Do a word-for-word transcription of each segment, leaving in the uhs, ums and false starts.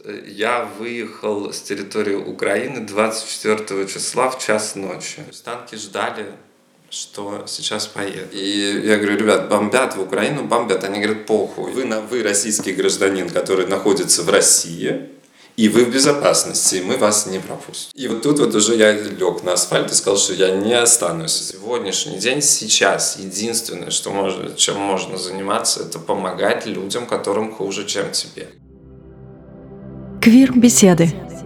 Я выехал с территории Украины двадцать четвёртого числа в час ночи. Танки ждали, что сейчас поедут. И я говорю: ребят, бомбят в Украину, бомбят. Они говорят: похуй. Вы, вы российский гражданин, который находится в России, и вы в безопасности, и мы вас не пропустим. И вот тут вот уже я лег на асфальт и сказал, что я не останусь. Сегодняшний день, сейчас, единственное, что можно, чем можно заниматься, это помогать людям, которым хуже, чем тебе. Квир-беседы.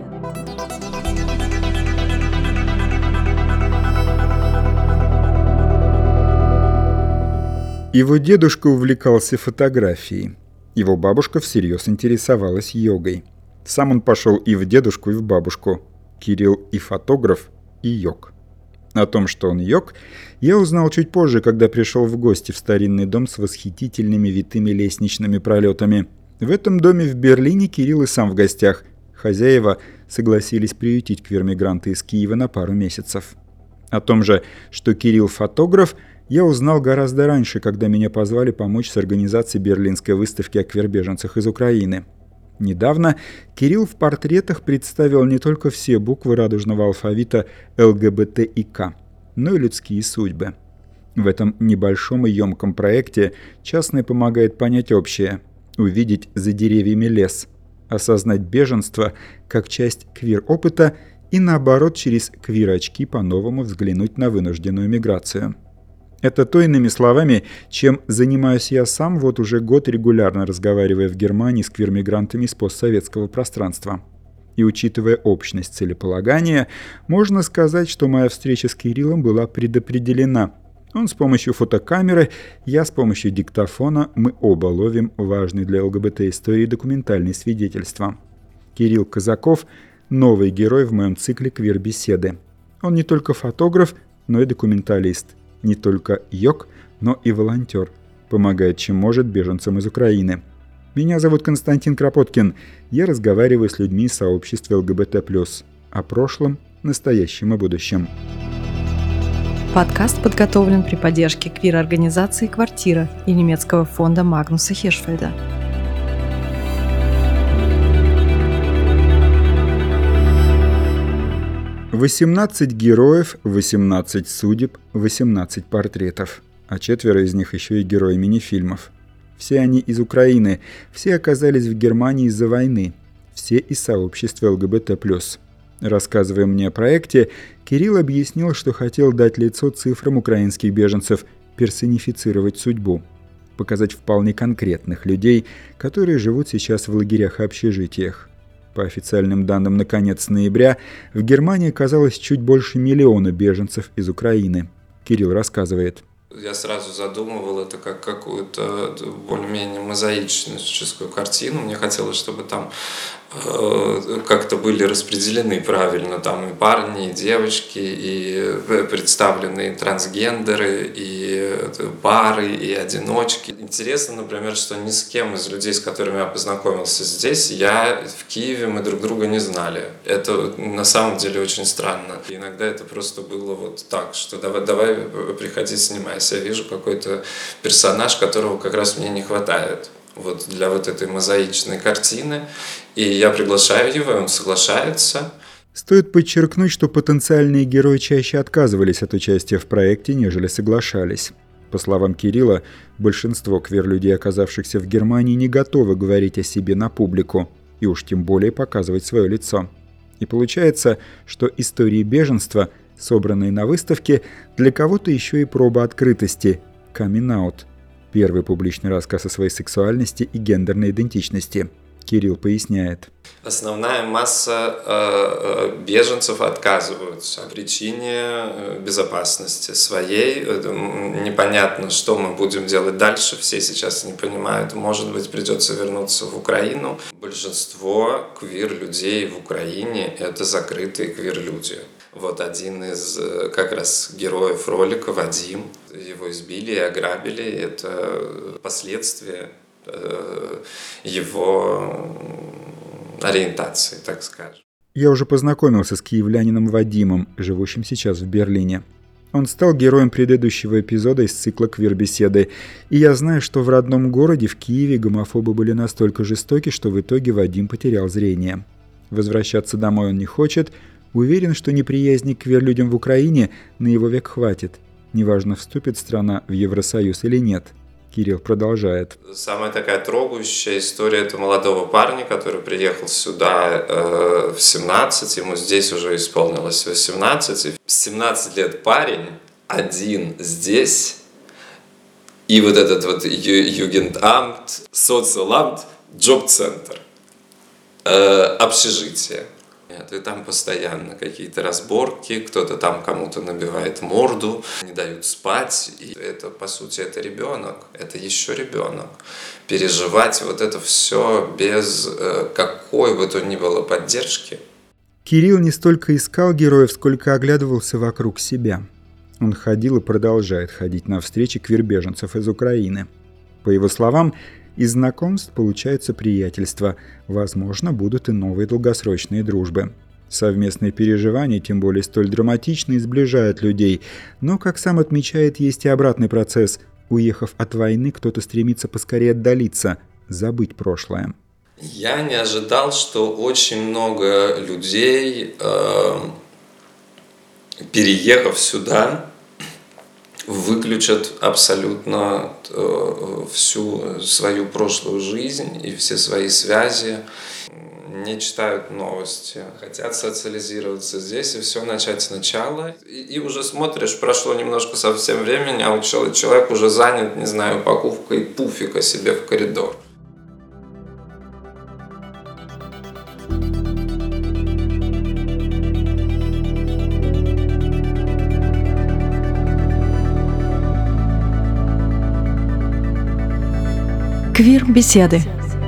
Его дедушка увлекался фотографией. Его бабушка всерьез интересовалась йогой. Сам он пошел и в дедушку, и в бабушку. Кирилл и фотограф, и йог. О том, что он йог, я узнал чуть позже, когда пришел в гости в старинный дом с восхитительными витыми лестничными пролетами. В этом доме в Берлине Кирилл и сам в гостях. Хозяева согласились приютить квир-мигранта из Киева на пару месяцев. О том же, что Кирилл фотограф, я узнал гораздо раньше, когда меня позвали помочь с организацией берлинской выставки о квир-беженцах из Украины. Недавно Кирилл в портретах представил не только все буквы радужного алфавита эл гэ бэ тэ и ка, но и людские судьбы. В этом небольшом и емком проекте частное помогает понять общее, увидеть за деревьями лес, осознать беженство как часть квир-опыта и, наоборот, через квир-очки по-новому взглянуть на вынужденную миграцию. Это то, иными словами, чем занимаюсь я сам, вот уже год регулярно разговаривая в Германии с квир-мигрантами из постсоветского пространства. И учитывая общность целеполагания, можно сказать, что моя встреча с Кириллом была предопределена. Он с помощью фотокамеры, я с помощью диктофона, мы оба ловим важные для эл гэ бэ тэ истории документальные свидетельства. Кирилл Казаков – новый герой в моем цикле «Квир-беседы». Он не только фотограф, но и документалист. Не только йог, но и волонтер. Помогает, чем может, беженцам из Украины. Меня зовут Константин Кропоткин. Я разговариваю с людьми из сообщества эл гэ бэ тэ плюс. О прошлом, настоящем и будущем. Подкаст подготовлен при поддержке квир-организации «Квартира» и немецкого фонда Магнуса Хиршфельда. восемнадцать героев, восемнадцать судеб, восемнадцать портретов. А четверо из них еще и герои мини-фильмов. Все они из Украины, все оказались в Германии из-за войны. Все из сообщества эл гэ бэ тэ плюс. Рассказывая мне о проекте, Кирилл объяснил, что хотел дать лицо цифрам украинских беженцев, персонифицировать судьбу. Показать вполне конкретных людей, которые живут сейчас в лагерях и общежитиях. По официальным данным на конец ноября, в Германии оказалось чуть больше миллиона беженцев из Украины. Кирилл рассказывает. Я сразу задумывал это как какую-то более-менее мозаическую картину. Мне хотелось, чтобы там э, как-то были распределены правильно там и парни, и девочки, и представлены и трансгендеры, и пары, и одиночки. Интересно, например, что ни с кем из людей, с которыми я познакомился здесь, я в Киеве, мы друг друга не знали. Это на самом деле очень странно. И иногда это просто было вот так, что давай, давай приходи, снимайся. Я вижу какой-то персонаж, которого как раз мне не хватает вот для вот этой мозаичной картины. И я приглашаю его, и он соглашается. Стоит подчеркнуть, что потенциальные герои чаще отказывались от участия в проекте, нежели соглашались. По словам Кирилла, большинство квир-людей, оказавшихся в Германии, не готовы говорить о себе на публику, и уж тем более показывать свое лицо. И получается, что истории беженства, собранные на выставке, для кого-то еще и проба открытости – coming out. Первый публичный рассказ о своей сексуальности и гендерной идентичности. Кирилл поясняет. Основная масса э, беженцев отказываются по причине безопасности своей. Непонятно, что мы будем делать дальше. Все сейчас не понимают. Может быть, придется вернуться в Украину. Большинство квир-людей в Украине – это закрытые квир-люди. Вот один из как раз героев ролика, Вадим, его избили и ограбили. Это последствия его ориентации, так скажем. Я уже познакомился с киевлянином Вадимом, живущим сейчас в Берлине. Он стал героем предыдущего эпизода из цикла «Квир-беседы». И я знаю, что в родном городе, в Киеве, гомофобы были настолько жестоки, что в итоге Вадим потерял зрение. Возвращаться домой он не хочет. Уверен, что неприязни к квир-людям в Украине на его век хватит. Неважно, вступит страна в Евросоюз или нет. Кирилл продолжает. Самая такая трогающая история – это молодого парня, который приехал сюда э, в семнадцать, ему здесь уже исполнилось восемнадцать. И в семнадцать лет парень один здесь, и вот этот вот Югендамт, социаламт, джоб-центр, э, общежитие. Нет, и там постоянно какие-то разборки, кто-то там кому-то набивает морду, не дают спать. И это, по сути, это ребенок, это еще ребенок. Переживать вот это все без э, какой бы то ни было поддержки. Кирилл не столько искал героев, сколько оглядывался вокруг себя. Он ходил и продолжает ходить на встречи квир-беженцев из Украины. По его словам, из знакомств получается приятельство. Возможно, будут и новые долгосрочные дружбы. Совместные переживания, тем более столь драматичные, сближают людей. Но, как сам отмечает, есть и обратный процесс. Уехав от войны, кто-то стремится поскорее отдалиться, забыть прошлое. Я не ожидал, что очень много людей, э, переехав сюда, выключат абсолютно э, всю свою прошлую жизнь и все свои связи, не читают новости, хотят социализироваться здесь и все начать сначала. И, и уже смотришь, прошло немножко совсем времени, а человек уже занят, не знаю, покупкой пуфика себе в коридор. Квир-беседы.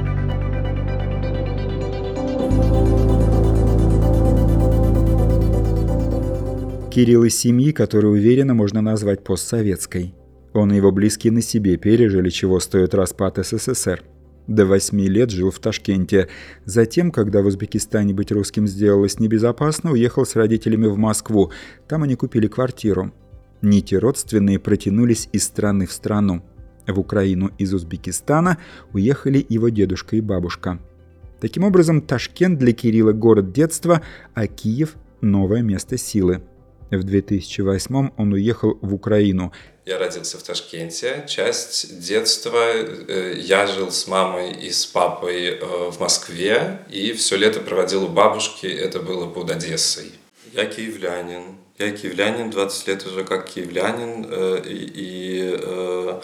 Кирилл из семьи, которую уверенно можно назвать постсоветской. Он и его близкие на себе пережили, чего стоит распад СССР. До восьми лет жил в Ташкенте. Затем, когда в Узбекистане быть русским сделалось небезопасно, уехал с родителями в Москву. Там они купили квартиру. Нити родственные протянулись из страны в страну. В Украину из Узбекистана уехали его дедушка и бабушка. Таким образом, Ташкент для Кирилла город детства, а Киев – новое место силы. В две тысячи восьмом он уехал в Украину. Я родился в Ташкенте. Часть детства я жил с мамой и с папой в Москве, и все лето проводил у бабушки, это было под Одессой. Я киевлянин. Я киевлянин, двадцать лет уже как киевлянин, и... и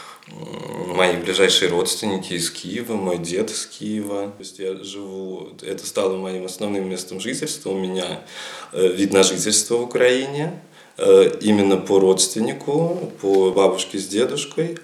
мои ближайшие родственники из Киева, мой дед из Киева. То есть я живу, это стало моим основным местом жительства. У меня вид на жительство в Украине, именно по родственнику, по бабушке с дедушкой,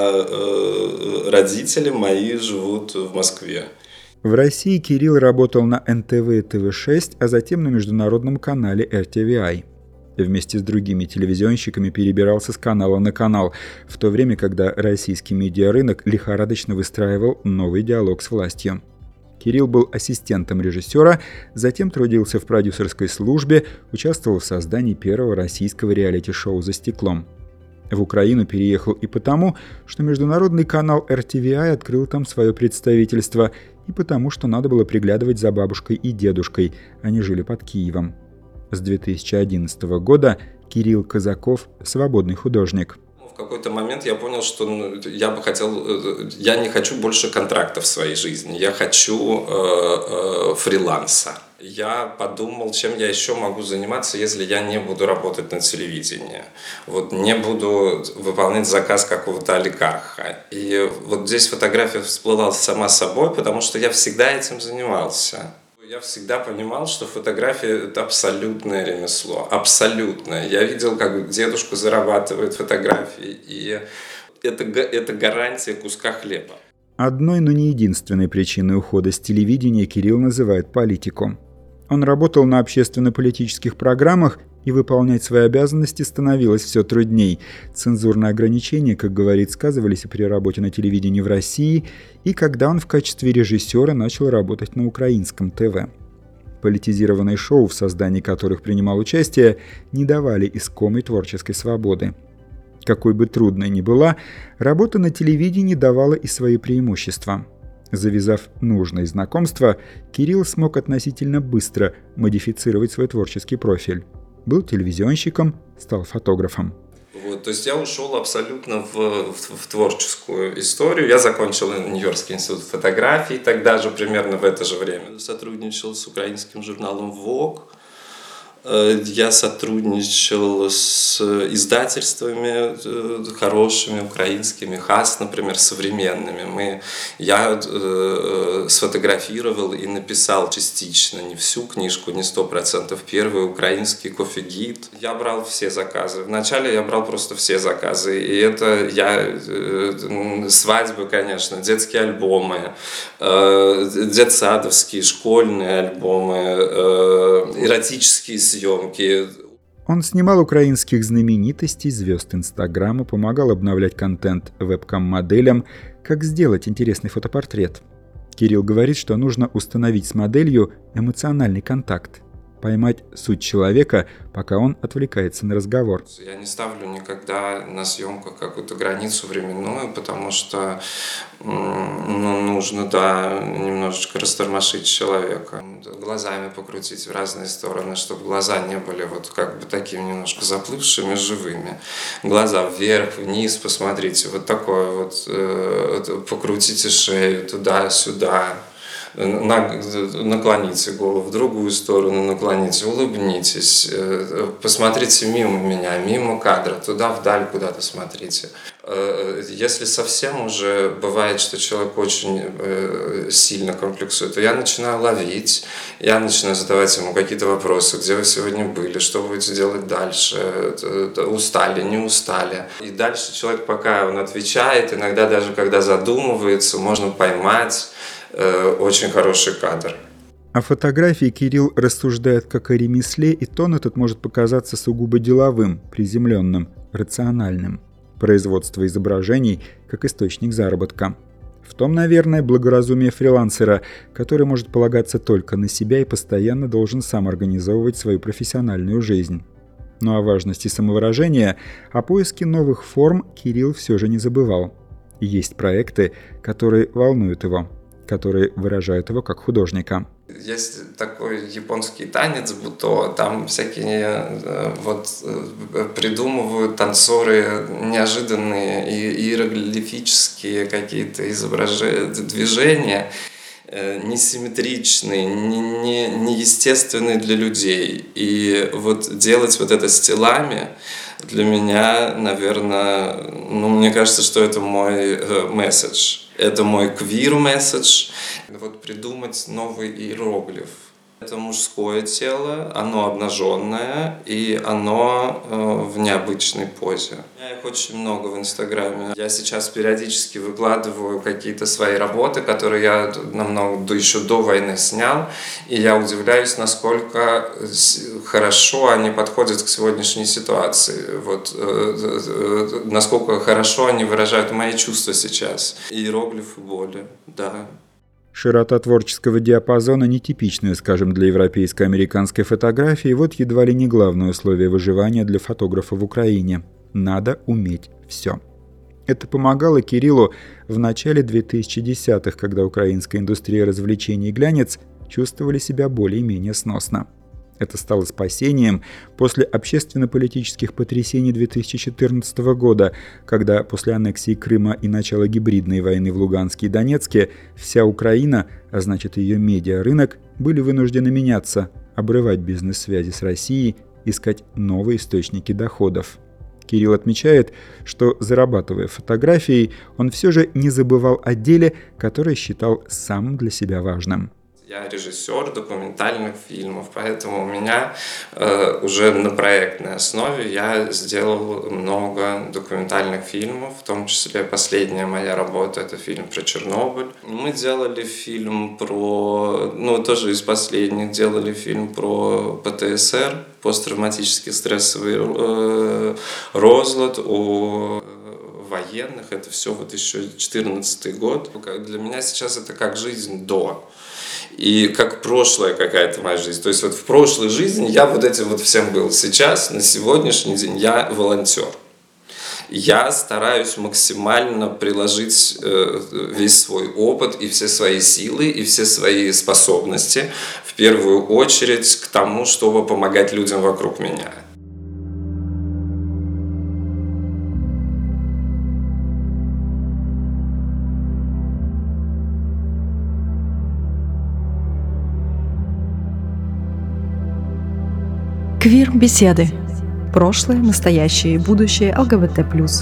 а родители мои живут в Москве. В России Кирилл работал на эн тэ вэ и тэ вэ шесть, а затем на международном канале эр ти ви ай. Вместе с другими телевизионщиками перебирался с канала на канал, в то время, когда российский медиарынок лихорадочно выстраивал новый диалог с властью. Кирилл был ассистентом режиссера, затем трудился в продюсерской службе, участвовал в создании первого российского реалити-шоу «За стеклом». В Украину переехал и потому, что международный канал эр ти ви ай открыл там свое представительство, и потому, что надо было приглядывать за бабушкой и дедушкой, они жили под Киевом. С две тысячи одиннадцатого года Кирилл Казаков – свободный художник. В какой-то момент я понял, что я бы хотел, я не хочу больше контрактов в своей жизни, я хочу э, э, фриланса. Я подумал, чем я еще могу заниматься, если я не буду работать на телевидении, вот не буду выполнять заказ какого-то олигарха. И вот здесь фотография всплыла сама собой, потому что я всегда этим занимался. Я всегда понимал, что фотография – это абсолютное ремесло, абсолютное. Я видел, как дедушка зарабатывает фотографии, и это, это гарантия куска хлеба. Одной, но не единственной причиной ухода с телевидения Кирилл называет политику. Он работал на общественно-политических программах, и выполнять свои обязанности становилось все трудней. Цензурные ограничения, как говорит, сказывались и при работе на телевидении в России, и когда он в качестве режиссера начал работать на украинском ТВ. По политизированные шоу, в создании которых принимал участие, не давали искомой творческой свободы. Какой бы трудной ни была, работа на телевидении давала и свои преимущества. Завязав нужные знакомства, Кирилл смог относительно быстро модифицировать свой творческий профиль. Был телевизионщиком, стал фотографом. Вот, то есть я ушел абсолютно в, в, в творческую историю. Я закончил Нью-Йоркский институт фотографии, тогда же примерно в это же время. Сотрудничал с украинским журналом Vogue. Я сотрудничал с издательствами хорошими, украинскими, ХАС, например, современными. Мы, я э, сфотографировал и написал частично, не всю книжку, не сто процентов, первый украинский кофе-гид. Я брал все заказы. Вначале я брал просто все заказы. И это я, э, свадьбы, конечно, детские альбомы, э, детсадовские, школьные альбомы, э, эротические съемки. Он снимал украинских знаменитостей, звезд Инстаграма, помогал обновлять контент вебкам-моделям. Как сделать интересный фотопортрет? Кирилл говорит, что нужно установить с моделью эмоциональный контакт, поймать суть человека, пока он отвлекается на разговор. Я не ставлю никогда на съемках какую-то границу временную, потому что ну, нужно, да, немножечко растормошить человека, глазами покрутить в разные стороны, чтобы глаза не были вот как бы такими немножко заплывшими, живыми. Глаза вверх, вниз, посмотрите, вот такое вот, э, покрутите шею туда-сюда. Наклоните голову в другую сторону, наклоните, улыбнитесь, посмотрите мимо меня, мимо кадра, туда вдаль куда-то смотрите. Если совсем уже бывает, что человек очень сильно комплексует, то я начинаю ловить, я начинаю задавать ему какие-то вопросы, где вы сегодня были, что вы будете делать дальше, устали, не устали. И дальше человек, пока он отвечает, иногда даже когда задумывается, можно поймать очень хороший кадр. О фотографии Кирилл рассуждает как о ремесле, и тон этот может показаться сугубо деловым, приземленным, рациональным. Производство изображений как источник заработка. В том, наверное, благоразумие фрилансера, который может полагаться только на себя и постоянно должен сам организовывать свою профессиональную жизнь. Но о важности самовыражения, о поиске новых форм Кирилл все же не забывал. Есть проекты, которые волнуют его, которые выражают его как художника. Есть такой японский танец будто, там всякие вот придумывают танцоры неожиданные и иероглифические какие-то изображения, движения, несимметричные, не, не, неестественные для людей. И вот делать вот это с телами для меня, наверное, ну, мне кажется, что это мой месседж. Это мой квир-месседж. Вот придумать новый иероглиф. Это мужское тело, оно обнаженное, и оно э, в необычной позе. У меня их очень много в Инстаграме. Я сейчас периодически выкладываю какие-то свои работы, которые я намного еще до войны снял, и я удивляюсь, насколько хорошо они подходят к сегодняшней ситуации. Вот, э, э, насколько хорошо они выражают мои чувства сейчас. Иероглифы боли, да. Широта творческого диапазона нетипичная, скажем, для европейско-американской фотографии, вот едва ли не главное условие выживания для фотографа в Украине. Надо уметь все. Это помогало Кириллу в начале две тысячи десятых, когда украинская индустрия развлечений и глянец чувствовали себя более-менее сносно. Это стало спасением после общественно-политических потрясений две тысячи четырнадцатого года, когда после аннексии Крыма и начала гибридной войны в Луганске и Донецке вся Украина, а значит ее медиарынок, были вынуждены меняться, обрывать бизнес-связи с Россией, искать новые источники доходов. Кирилл отмечает, что, зарабатывая фотографией, он все же не забывал о деле, которое считал самым для себя важным. Я режиссер документальных фильмов, поэтому у меня э, уже на проектной основе я сделал много документальных фильмов, в том числе последняя моя работа – это фильм про Чернобыль. Мы делали фильм про, ну тоже из последних, делали фильм про ПТСР, посттравматический стрессовый э, розлад, у военных, это все вот еще четырнадцатый год. Для меня сейчас это как жизнь до. и как прошлая какая-то моя жизнь. То есть вот в прошлой жизни я вот этим вот всем был. Сейчас, на сегодняшний день, я волонтер. Я стараюсь максимально приложить весь свой опыт и все свои силы, и все свои способности, в первую очередь, к тому, чтобы помогать людям вокруг меня. Квир-беседы. Прошлое, настоящее и будущее ЛГБТ плюс.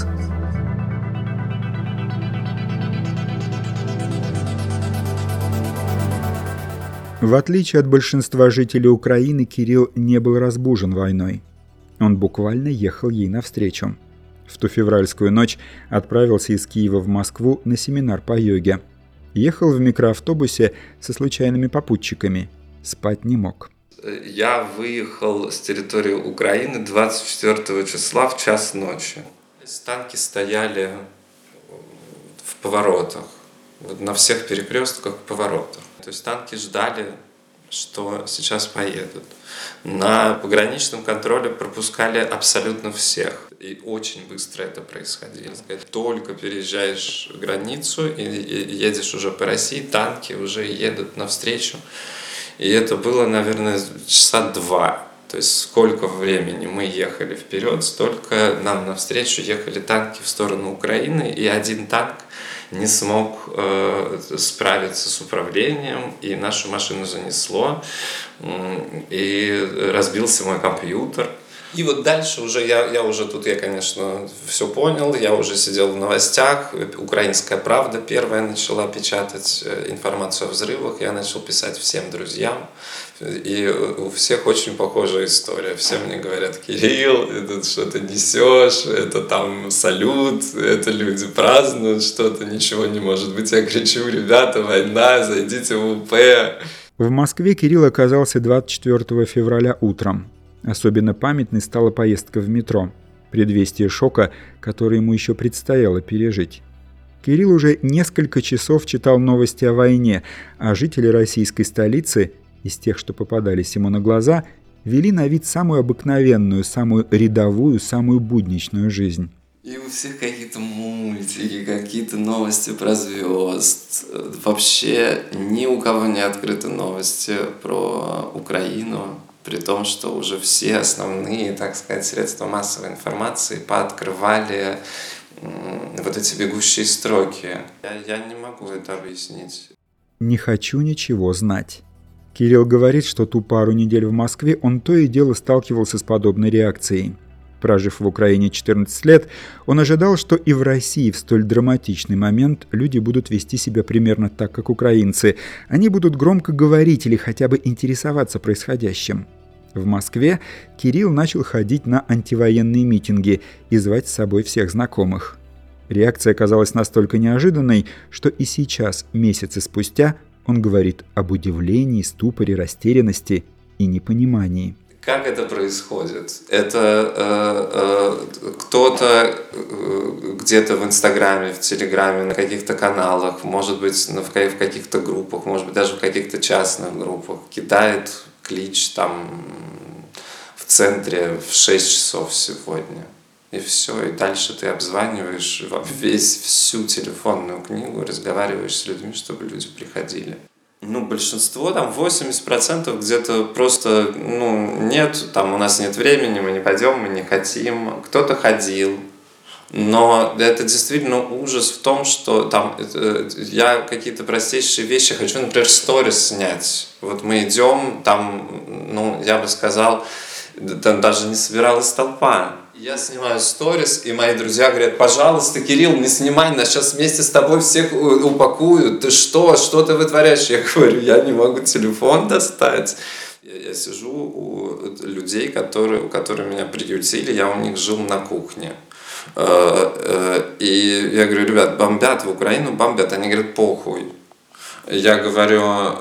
В отличие от большинства жителей Украины, Кирилл не был разбужен войной. Он буквально ехал ей навстречу. В ту февральскую ночь отправился из Киева в Москву на семинар по йоге. Ехал в микроавтобусе со случайными попутчиками. Спать не мог. Я выехал с территории Украины двадцать четвёртого числа в час ночи. Танки стояли в поворотах, на всех перекрестках поворотах. То есть танки ждали, что сейчас поедут. На пограничном контроле пропускали абсолютно всех. И очень быстро это происходило. Только переезжаешь границу и едешь уже по России, танки уже едут навстречу. И это было, наверное, часа два. То есть сколько времени мы ехали вперед, столько нам навстречу ехали танки в сторону Украины. И один танк не смог э, справиться с управлением, и нашу машину занесло, и разбился мой компьютер. И вот дальше уже я, я уже тут, я, конечно, все понял, я уже сидел в новостях, «Украинская правда» первая начала печатать информацию о взрывах, я начал писать всем друзьям, и у всех очень похожая история. Все мне говорят: Кирилл, ты что-то несешь, это там салют, это люди празднуют что-то, ничего не может быть. Я кричу: ребята, война, зайдите в УП. В Москве Кирилл оказался двадцать четвёртого февраля утром. Особенно памятной стала поездка в метро, предвестие шока, который ему еще предстояло пережить. Кирилл уже несколько часов читал новости о войне, а жители российской столицы, из тех, что попадались ему на глаза, вели на вид самую обыкновенную, самую рядовую, самую будничную жизнь. И у всех какие-то мультики, какие-то новости про звезд. Вообще ни у кого не открыты новости про Украину. При том, что уже все основные, так сказать, средства массовой информации пооткрывали вот эти бегущие строки. Я, я не могу это объяснить. «Не хочу ничего знать». Кирилл говорит, что ту пару недель в Москве он то и дело сталкивался с подобной реакцией. Прожив в Украине четырнадцать лет, он ожидал, что и в России в столь драматичный момент люди будут вести себя примерно так, как украинцы. Они будут громко говорить или хотя бы интересоваться происходящим. В Москве Кирилл начал ходить на антивоенные митинги и звать с собой всех знакомых. Реакция оказалась настолько неожиданной, что и сейчас, месяцы спустя, он говорит об удивлении, ступоре, растерянности и непонимании. Как это происходит? Это э, э, кто-то э, где-то в Инстаграме, в Телеграме, на каких-то каналах, может быть, в каких-то группах, может быть, даже в каких-то частных группах кидает клич там в центре в шесть часов сегодня. И все, и дальше ты обзваниваешь весь, всю телефонную книгу, разговариваешь с людьми, чтобы люди приходили. Ну, большинство, там восемьдесят процентов где-то просто, ну, нет, там у нас нет времени, мы не пойдем, мы не хотим. Кто-то ходил. Но это действительно ужас в том, что там я какие-то простейшие вещи хочу, например, сторис снять. Вот мы идем, там, ну, я бы сказал, там даже не собиралась толпа. Я снимаю сторис, и мои друзья говорят: пожалуйста, Кирилл, не снимай, нас сейчас вместе с тобой всех упакуют. Ты что? Что ты вытворяешь? Я говорю: я не могу телефон достать. Я, я сижу у людей, которые, которые меня приютили, я у них жил на кухне. И я говорю: ребят, бомбят в Украину, бомбят. Они говорят: похуй. Я говорю: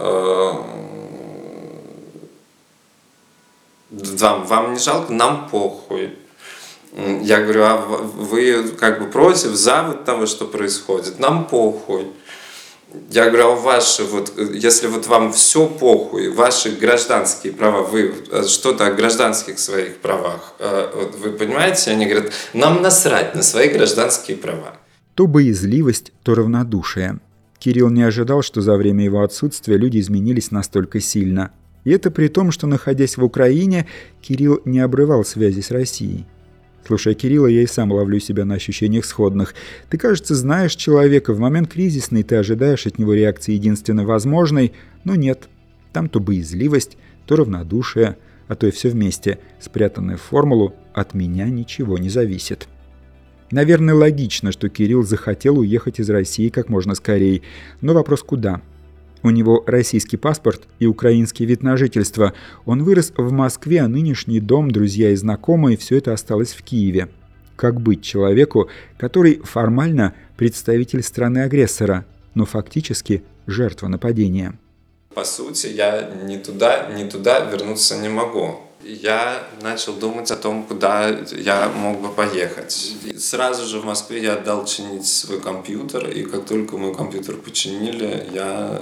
вам, вам не жалко? Нам похуй. Я говорю: а вы как бы против, за вот того, что происходит? Нам похуй. Я говорю, а ваши, вот, если вот вам все похуй, ваши гражданские права, вы что-то о гражданских своих правах, вот, вы понимаете? Они говорят, нам насрать на свои гражданские права. То боязливость, то равнодушие. Кирилл не ожидал, что за время его отсутствия люди изменились настолько сильно. И это при том, что, находясь в Украине, Кирилл не обрывал связи с Россией. Слушая Кирилла, я и сам ловлю себя на ощущениях сходных. Ты, кажется, знаешь человека, в момент кризисный ты ожидаешь от него реакции единственно возможной, но нет. Там то боязливость, то равнодушие, а то и все вместе, спрятанное в формулу «от меня ничего не зависит». Наверное, логично, что Кирилл захотел уехать из России как можно скорее, но вопрос куда? У него российский паспорт и украинский вид на жительство. Он вырос в Москве, а нынешний дом, друзья и знакомые – все это осталось в Киеве. Как быть человеку, который формально представитель страны-агрессора, но фактически жертва нападения? По сути, я ни туда, ни туда вернуться не могу. Я начал думать о том, куда я мог бы поехать. И сразу же в Москве я отдал чинить свой компьютер, и как только мой компьютер починили, я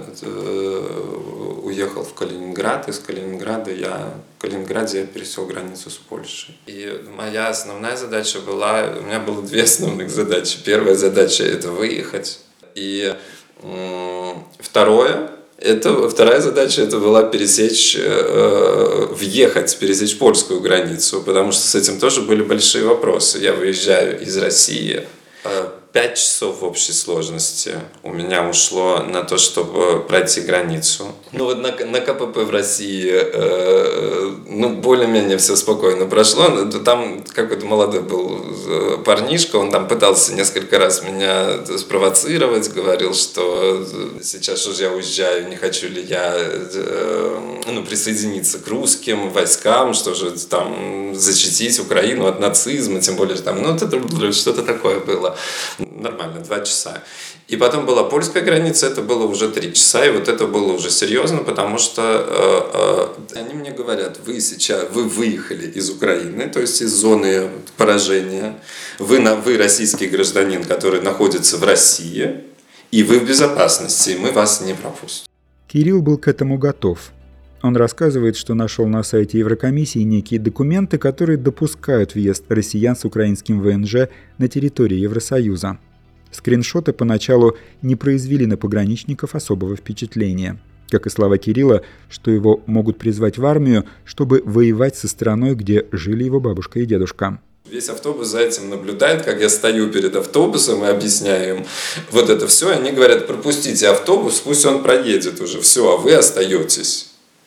э, уехал в Калининград. Из Калининграда я в Калининграде я пересек границу с Польшей. И моя основная задача была, у меня было две основных задачи. Первая задача – это выехать, и э, второе – Это, вторая задача это была пересечь, э, въехать, пересечь польскую границу, потому что с этим тоже были большие вопросы. Я выезжаю из России. Пять часов в общей сложности у меня ушло на то, чтобы пройти границу. Ну вот на, на КПП в России, э, ну более-менее все спокойно прошло. Там какой-то молодой был парнишка, он там пытался несколько раз меня спровоцировать, говорил, что сейчас уже я уезжаю, не хочу ли я э, ну, присоединиться к русским войскам, что же там защитить Украину от нацизма, тем более там, ну это что-то такое было. Нормально, два часа. И потом была польская граница, это было уже три часа, и вот это было уже серьезно, потому что э, э, они мне говорят, вы сейчас, вы выехали из Украины, то есть из зоны поражения, вы, на, вы российский гражданин, который находится в России, и вы в безопасности, и мы вас не пропустим. Кирилл был к этому готов. Он рассказывает, что нашел на сайте Еврокомиссии некие документы, которые допускают въезд россиян с украинским ВНЖ на территории Евросоюза. Скриншоты поначалу не произвели на пограничников особого впечатления. Как и слова Кирилла, что его могут призвать в армию, чтобы воевать со страной, где жили его бабушка и дедушка. Весь автобус за этим наблюдает, как я стою перед автобусом и объясняю им вот это все. Они говорят, пропустите автобус, пусть он проедет уже, все, а вы остаетесь.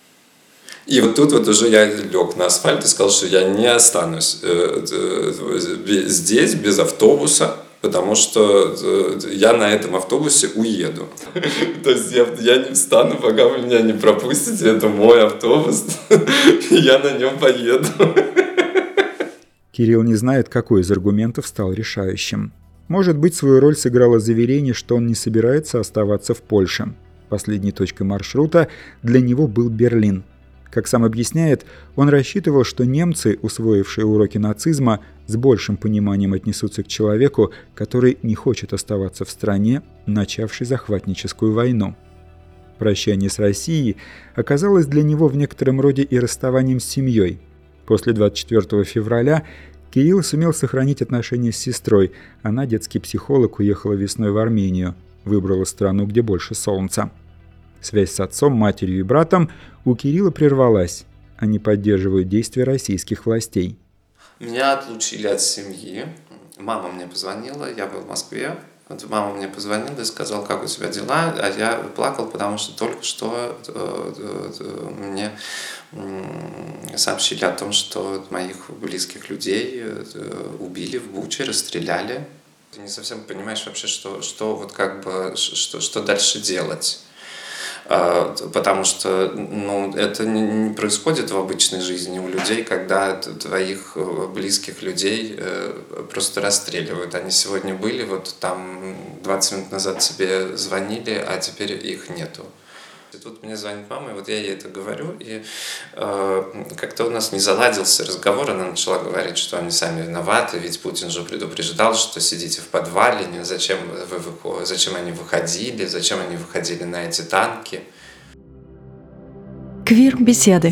И вот тут вот уже я лег на асфальт и сказал, что я не останусь здесь без автобуса, потому что я на этом автобусе уеду. То есть я, я не встану, пока вы меня не пропустите, это мой автобус, я на нем поеду. Кирилл не знает, какой из аргументов стал решающим. Может быть, свою роль сыграло заверение, что он не собирается оставаться в Польше. Последней точкой маршрута для него был Берлин. Как сам объясняет, он рассчитывал, что немцы, усвоившие уроки нацизма, с большим пониманием отнесутся к человеку, который не хочет оставаться в стране, начавшей захватническую войну. Прощание с Россией оказалось для него в некотором роде и расставанием с семьей. После двадцать четвёртого февраля Кирилл сумел сохранить отношения с сестрой. Она, детский психолог, уехала весной в Армению, выбрала страну, где больше солнца. Связь с отцом, матерью и братом у Кирилла прервалась. Они поддерживают действия российских властей. Меня отлучили от семьи. Мама мне позвонила, я был в Москве. Вот мама мне позвонила и сказала, как у тебя дела, а я плакал, потому что только что э, э, мне э, сообщили о том, что моих близких людей э, убили в Буче, расстреляли. Ты не совсем понимаешь вообще, что, что, вот как бы, что, что дальше делать. Потому что ну, это не происходит в обычной жизни у людей, когда твоих близких людей просто расстреливают. Они сегодня были, вот там двадцать минут назад тебе звонили, а теперь их нету. И тут мне звонит мама, и вот я ей это говорю, и э, как-то у нас не заладился разговор, она начала говорить, что они сами виноваты, ведь Путин же предупреждал, что сидите в подвале, зачем, вы, зачем они выходили, зачем они выходили на эти танки. Квир-беседы.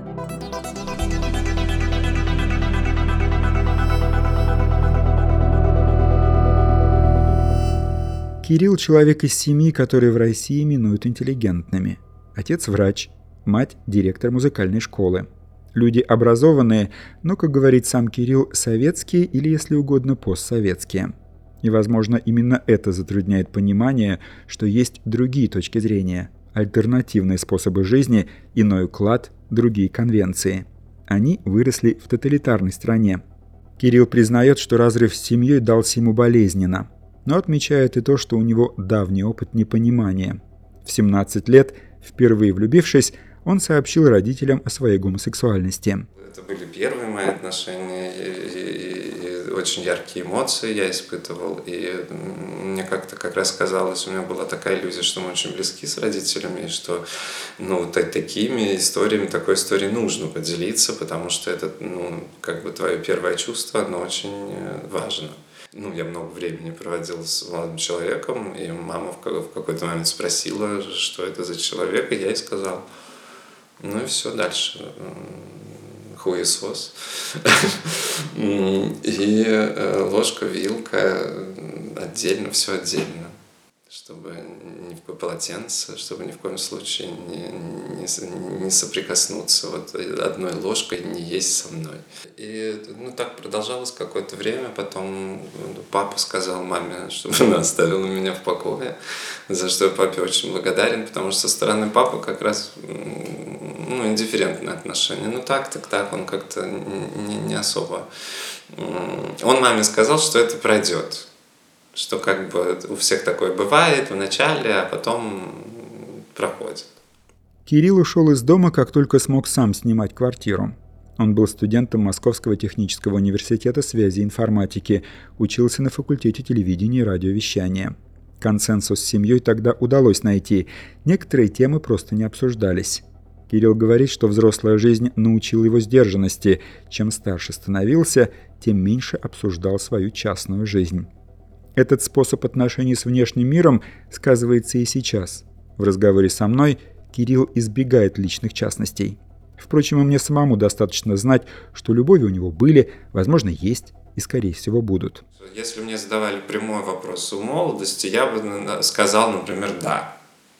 Кирилл – человек из семьи, которые в России именуют интеллигентными. Отец – врач, мать – директор музыкальной школы. Люди образованные, но, как говорит сам Кирилл, советские или, если угодно, постсоветские. И, возможно, именно это затрудняет понимание, что есть другие точки зрения, альтернативные способы жизни, иной уклад, другие конвенции. Они выросли в тоталитарной стране. Кирилл признает, что разрыв с семьей дался ему болезненно, но отмечает и то, что у него давний опыт непонимания. В семнадцать лет, впервые влюбившись, он сообщил родителям о своей гомосексуальности. Это были первые мои отношения, и, и, и очень яркие эмоции я испытывал, и мне как-то как раз казалось, у меня была такая иллюзия, что мы очень близки с родителями, и что ну, такими историями, такой историей нужно поделиться, потому что это ну, как бы твое первое чувство, оно очень важно. Ну, я много времени проводил с молодым человеком, и мама в какой-то момент спросила, что это за человек, и я ей сказал. Ну и все, дальше. Хуесос. И ложка, вилка, отдельно, все отдельно. Чтобы ни в коем полотенце, чтобы ни в коем случае не, не, не соприкоснуться вот одной ложкой, не есть со мной. И ну, так продолжалось какое-то время. Потом папа сказал маме, чтобы она оставила меня в покое, за что я папе очень благодарен, потому что со стороны папы как раз ну, индифферентное отношение. Ну так, так, так, он как-то не, не особо. Он маме сказал, что это пройдет. Что как бы у всех такое бывает в начале, а потом проходит. Кирилл ушел из дома, как только смог сам снимать квартиру. Он был студентом Московского технического университета связи и информатики, учился на факультете телевидения и радиовещания. Консенсус с семьей тогда удалось найти, некоторые темы просто не обсуждались. Кирилл говорит, что взрослая жизнь научила его сдержанности. Чем старше становился, тем меньше обсуждал свою частную жизнь. Этот способ отношений с внешним миром сказывается и сейчас. В разговоре со мной Кирилл избегает личных частностей. Впрочем, и мне самому достаточно знать, что любови у него были, возможно, есть и, скорее всего, будут. Если мне задавали прямой вопрос о молодости, я бы сказал, например, «да».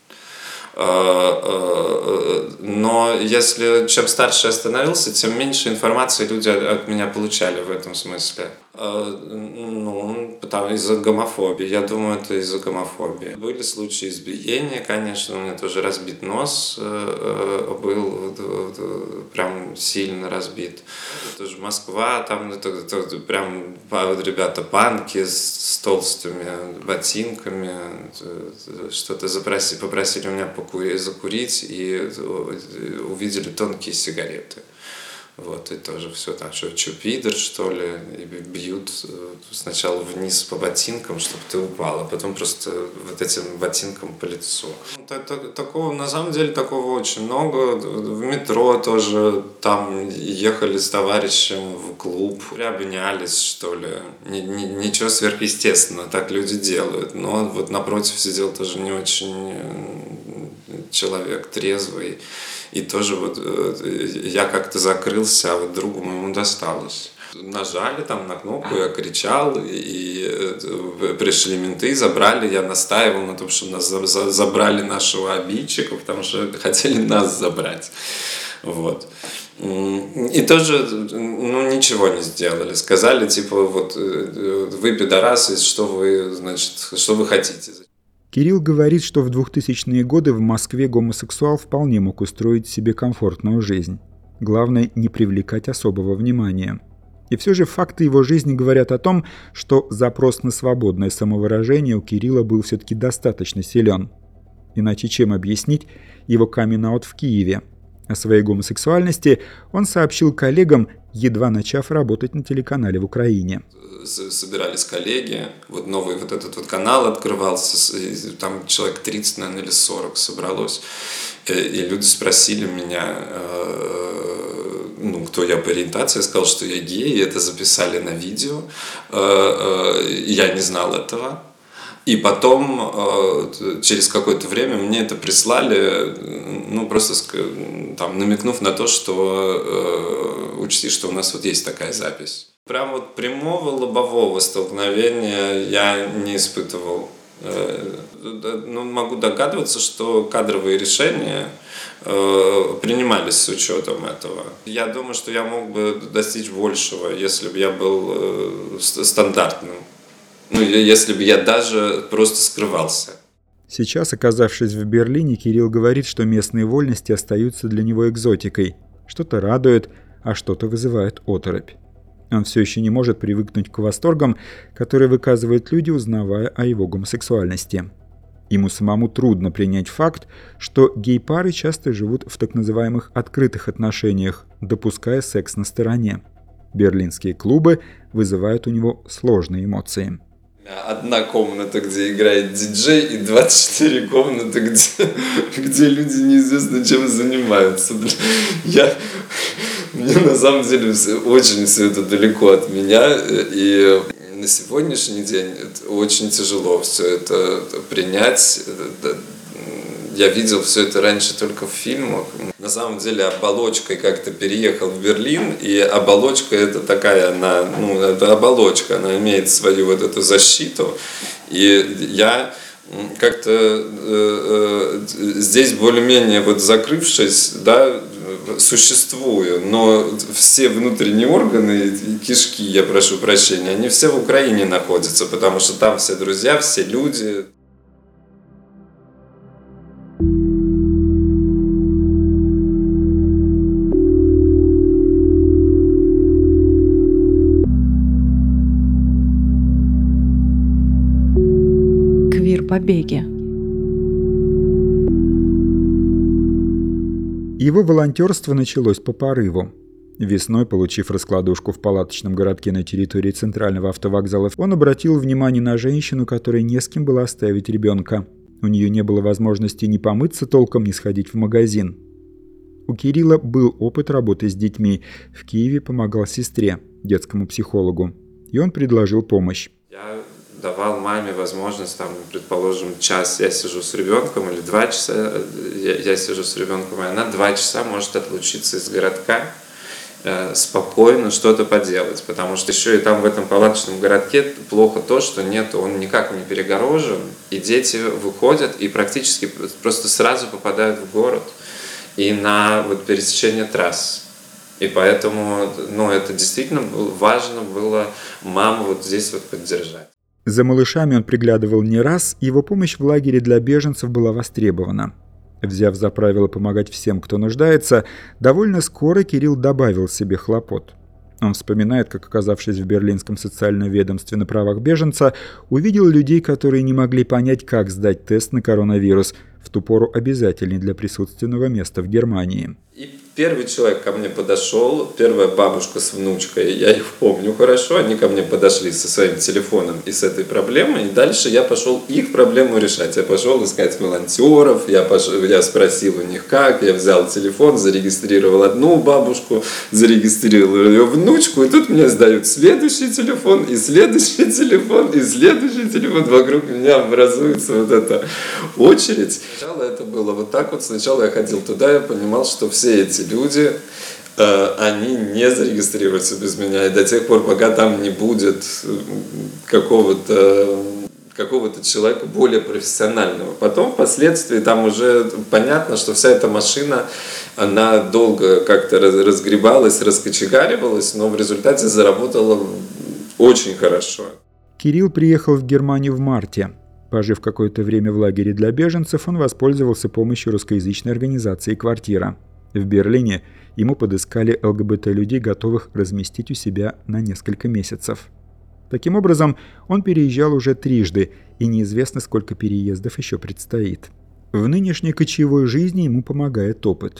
Но если чем старше я становился, тем меньше информации люди от меня получали в этом смысле. Ну, потому из-за гомофобии. Я думаю, это из-за гомофобии. Были случаи избиения, конечно. У меня тоже разбит нос был, прям сильно разбит. Тоже Москва, там это, это, прям ребята панки с, с толстыми ботинками. Что-то запросили, попросили у меня покурить, закурить и увидели тонкие сигареты. Вот, и тоже все там, что, что пидор, что ли, и бьют сначала вниз по ботинкам, чтобы ты упал, а потом просто вот этим ботинком по лицу. Такого, на самом деле, такого очень много. В метро тоже там ехали с товарищем в клуб, обнялись, что ли. Ничего сверхъестественного, так люди делают. Но вот напротив сидел тоже не очень человек трезвый. И тоже вот я как-то закрылся, а вот другу моему досталось. Нажали там на кнопку, я кричал, и пришли менты, забрали, я настаивал на том, что нас забрали нашего обидчика, потому что хотели нас забрать. Вот. И тоже, ну, ничего не сделали. Сказали, типа, вот, вы пидорасы, что вы, значит, что вы хотите? Кирилл говорит, что в двухтысячные годы в Москве гомосексуал вполне мог устроить себе комфортную жизнь. Главное, не привлекать особого внимания. И все же факты его жизни говорят о том, что запрос на свободное самовыражение у Кирилла был все-таки достаточно силен. Иначе чем объяснить его камин-аут в Киеве? О своей гомосексуальности он сообщил коллегам, едва начав работать на телеканале в Украине. Собирались коллеги, вот новый вот этот вот канал открывался, там человек тридцать, наверное, или сорок собралось, и люди спросили меня, ну, кто я по ориентации, я сказал, что я гей, и это записали на видео, я не знал этого. И потом, через какое-то время мне это прислали, ну, просто там, намекнув на то, что учти, что у нас вот есть такая запись. Прям вот прямого лобового столкновения я не испытывал. Ну, могу догадываться, что кадровые решения принимались с учетом этого. Я думаю, что я мог бы достичь большего, если бы я был стандартным. Ну, если бы я даже просто скрывался. Сейчас, оказавшись в Берлине, Кирилл говорит, что местные вольности остаются для него экзотикой. Что-то радует, а что-то вызывает оторопь. Он все еще не может привыкнуть к восторгам, которые выказывают люди, узнавая о его гомосексуальности. Ему самому трудно принять факт, что гей-пары часто живут в так называемых открытых отношениях, допуская секс на стороне. Берлинские клубы вызывают у него сложные эмоции. Одна комната, где играет диджей, и двадцать четыре комнаты, где, где люди неизвестно чем занимаются. Я, мне на самом деле очень все это далеко от меня, и на сегодняшний день очень тяжело все это принять. Я видел все это раньше только в фильмах. На самом деле оболочкой как-то переехал в Берлин, и оболочка это такая, она, ну, это оболочка, она имеет свою вот эту защиту. И я как-то э, э, здесь более-менее вот закрывшись, да, существую, но все внутренние органы, кишки, я прошу прощения, они все в Украине находятся, потому что там все друзья, все люди. Квир-побеги. Его волонтерство началось по порыву. Весной, получив раскладушку в палаточном городке на территории центрального автовокзала, он обратил внимание на женщину, которой не с кем было оставить ребенка. У нее не было возможности ни помыться толком, ни сходить в магазин. У Кирилла был опыт работы с детьми. В Киеве помогал сестре, детскому психологу. И он предложил помощь. Я давал маме возможность, там, предположим, час я сижу с ребенком или два часа я, я сижу с ребенком, и она два часа может отлучиться из городка, э, спокойно что-то поделать. Потому что еще и там в этом палаточном городке плохо то, что нет, он никак не перегорожен, и дети выходят и практически просто сразу попадают в город и на вот, пересечение трасс. И поэтому, ну, это действительно важно было маму вот здесь вот поддержать. За малышами он приглядывал не раз, его помощь в лагере для беженцев была востребована. Взяв за правило помогать всем, кто нуждается, довольно скоро Кирилл добавил себе хлопот. Он вспоминает, как, оказавшись в Берлинском социальном ведомстве на правах беженца, увидел людей, которые не могли понять, как сдать тест на коронавирус, в ту пору обязательный для присутственного места в Германии. И первый человек ко мне подошел, первая бабушка с внучкой, я их помню хорошо, они ко мне подошли со своим телефоном и с этой проблемой, и дальше я пошел их проблему решать. Я пошел искать волонтеров, я, пошел, я спросил у них как, я взял телефон, зарегистрировал одну бабушку, зарегистрировал ее внучку, и тут мне сдают следующий телефон, и следующий телефон, и следующий телефон, вокруг меня образуется вот эта очередь. Сначала это было вот так вот, сначала я ходил туда, я понимал, что все эти люди, э, они не зарегистрируются без меня, и до тех пор, пока там не будет какого-то какого-то человека более профессионального. Потом, впоследствии, там уже понятно, что вся эта машина, она долго как-то разгребалась, раскочегаривалась, но в результате заработала очень хорошо. Кирилл приехал в Германию в марте. Пожив какое-то время в лагере для беженцев, он воспользовался помощью русскоязычной организации «Квартира». В Берлине ему подыскали ЛГБТ-людей, готовых разместить у себя на несколько месяцев. Таким образом, он переезжал уже трижды, и неизвестно, сколько переездов еще предстоит. В нынешней кочевой жизни ему помогает опыт.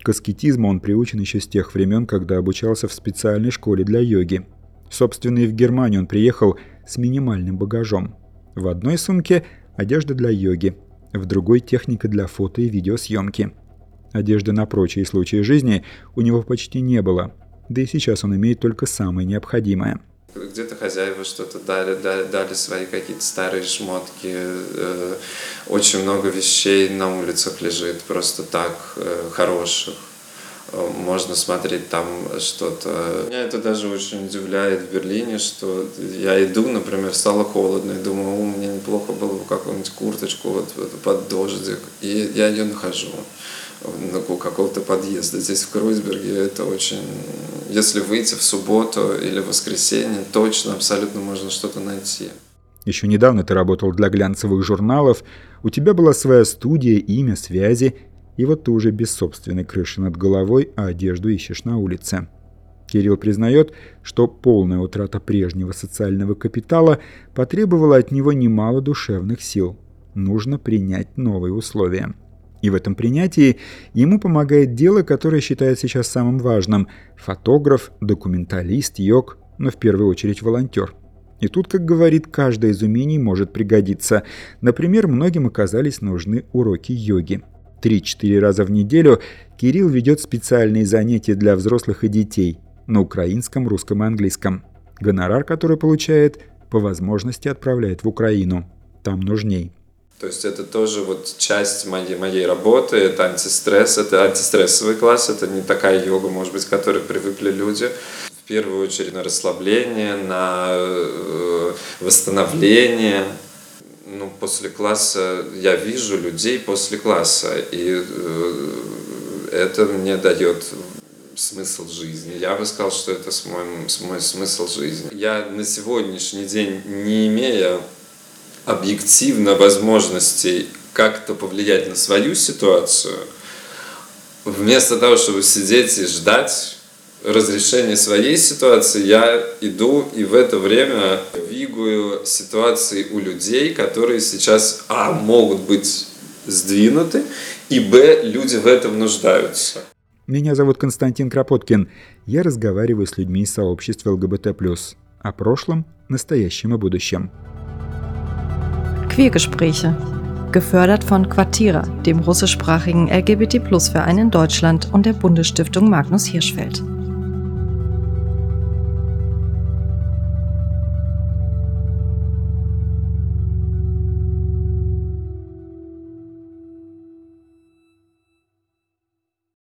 К аскетизму он приучен еще с тех времен, когда обучался в специальной школе для йоги. Собственно, и в Германию он приехал с минимальным багажом. В одной сумке – одежда для йоги, в другой – техника для фото и видеосъемки. Одежды на прочие случаи жизни у него почти не было, да и сейчас он имеет только самое необходимое. Где-то хозяева что-то дали, дали, дали свои какие-то старые шмотки. Э, очень много вещей на улицах лежит, просто так, э, хороших. Можно смотреть там что-то. Меня это даже очень удивляет в Берлине, что я иду, например, стало холодно, и думаю, о, мне неплохо было бы какую-нибудь курточку вот, вот, под дождик, и я ее нахожу у какого-то подъезда. Здесь в Кройсберге это очень... Если выйти в субботу или в воскресенье, точно, абсолютно можно что-то найти. Еще недавно ты работал для глянцевых журналов, у тебя была своя студия, имя, связи, и вот ты уже без собственной крыши над головой, а одежду ищешь на улице. Кирилл признает, что полная утрата прежнего социального капитала потребовала от него немало душевных сил. Нужно принять новые условия. И в этом принятии ему помогает дело, которое считает сейчас самым важным – фотограф, документалист, йог, но в первую очередь волонтер. И тут, как говорит, каждое из умений может пригодиться. Например, многим оказались нужны уроки йоги. Три-четыре раза в неделю Кирилл ведет специальные занятия для взрослых и детей на украинском, русском и английском. Гонорар, который получает, по возможности отправляет в Украину. Там нужней. То есть это тоже вот часть моей, моей работы, это антистресс, это антистрессовый класс, это не такая йога, может быть, к которой привыкли люди. В первую очередь на расслабление, на восстановление. Ну, после класса я вижу людей после класса, и это мне дает смысл жизни. Я бы сказал, что это мой, мой смысл жизни. Я на сегодняшний день, не имея объективно возможностей как-то повлиять на свою ситуацию, вместо того, чтобы сидеть и ждать разрешения своей ситуации, я иду и в это время двигаю ситуации у людей, которые сейчас, а, могут быть сдвинуты, и, б, люди в этом нуждаются. Меня зовут Константин Кропоткин. Я разговариваю с людьми из сообщества эл гэ бэ тэ плюс. О прошлом, настоящем и будущем. Queergespräche. Gefördert von Quartira, dem russischsprachigen L G B T Plus Verein in Deutschland und der Bundesstiftung Magnus Hirschfeld.